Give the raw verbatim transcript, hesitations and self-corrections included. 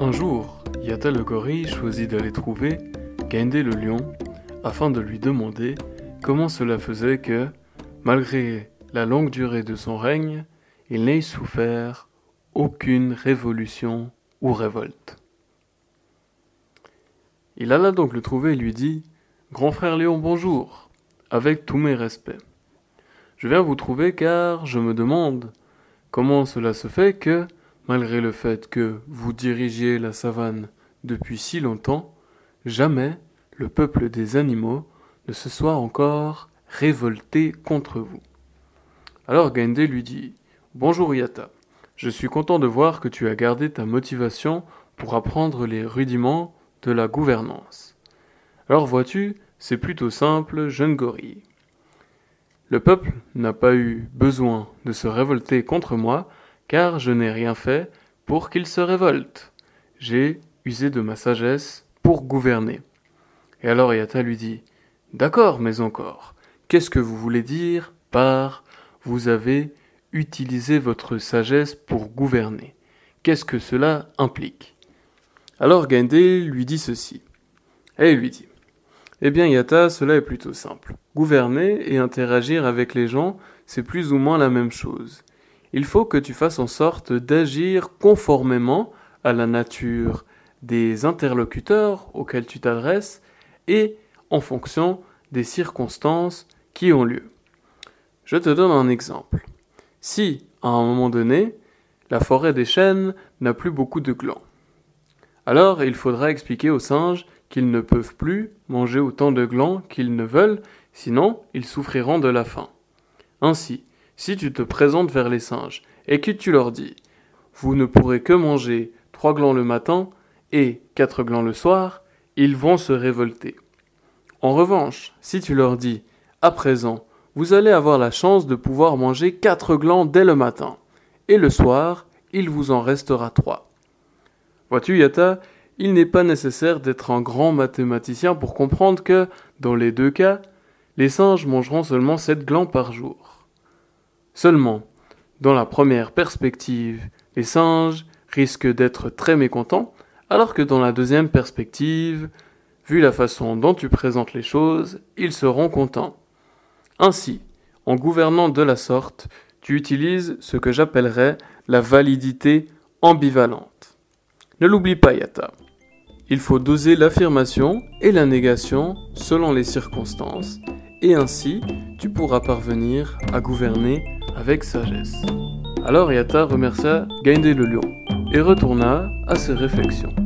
Un jour, Yata le gorille choisit d'aller trouver Gaindé le lion afin de lui demander comment cela faisait que, malgré la longue durée de son règne, il n'ait souffert aucune révolution ou révolte. Il alla donc le trouver et lui dit « Grand frère Lion, bonjour, avec tous mes respects. Je viens vous trouver car je me demande comment cela se fait que, malgré le fait que vous dirigiez la savane depuis si longtemps, jamais le peuple des animaux ne se soit encore révolté contre vous. » Alors Gaindé lui dit « Bonjour Yata, je suis content de voir que tu as gardé ta motivation pour apprendre les rudiments de la gouvernance. Alors vois-tu, c'est plutôt simple, jeune gorille. Le peuple n'a pas eu besoin de se révolter contre moi, car je n'ai rien fait pour qu'il se révolte. J'ai usé de ma sagesse pour gouverner. » Et alors Yata lui dit « D'accord, mais encore, qu'est-ce que vous voulez dire par « vous avez utilisé votre sagesse pour gouverner » ? Qu'est-ce que cela implique ? Alors Gaindé lui dit ceci. Et il lui dit « Eh bien Yata, cela est plutôt simple. Gouverner et interagir avec les gens, c'est plus ou moins la même chose. Il faut que tu fasses en sorte d'agir conformément à la nature des interlocuteurs auxquels tu t'adresses et en fonction des circonstances qui ont lieu. Je te donne un exemple. Si, à un moment donné, la forêt des chênes n'a plus beaucoup de glands, alors il faudra expliquer aux singes qu'ils ne peuvent plus manger autant de glands qu'ils ne veulent, sinon ils souffriront de la faim. Ainsi, si tu te présentes vers les singes et que tu leur dis « Vous ne pourrez que manger trois glands le matin et quatre glands le soir », ils vont se révolter. En revanche, si tu leur dis « À présent, vous allez avoir la chance de pouvoir manger quatre glands dès le matin, et le soir, il vous en restera trois. » Vois-tu, Yata, il n'est pas nécessaire d'être un grand mathématicien pour comprendre que, dans les deux cas, les singes mangeront seulement sept glands par jour. Seulement, dans la première perspective, les singes risquent d'être très mécontents, alors que dans la deuxième perspective, vu la façon dont tu présentes les choses, ils seront contents. Ainsi, en gouvernant de la sorte, tu utilises ce que j'appellerais la validité ambivalente. Ne l'oublie pas, Yata. Il faut doser l'affirmation et la négation selon les circonstances, et ainsi, tu pourras parvenir à gouverner avec sagesse. Alors Yata remercia Gaindé le lion et retourna à ses réflexions.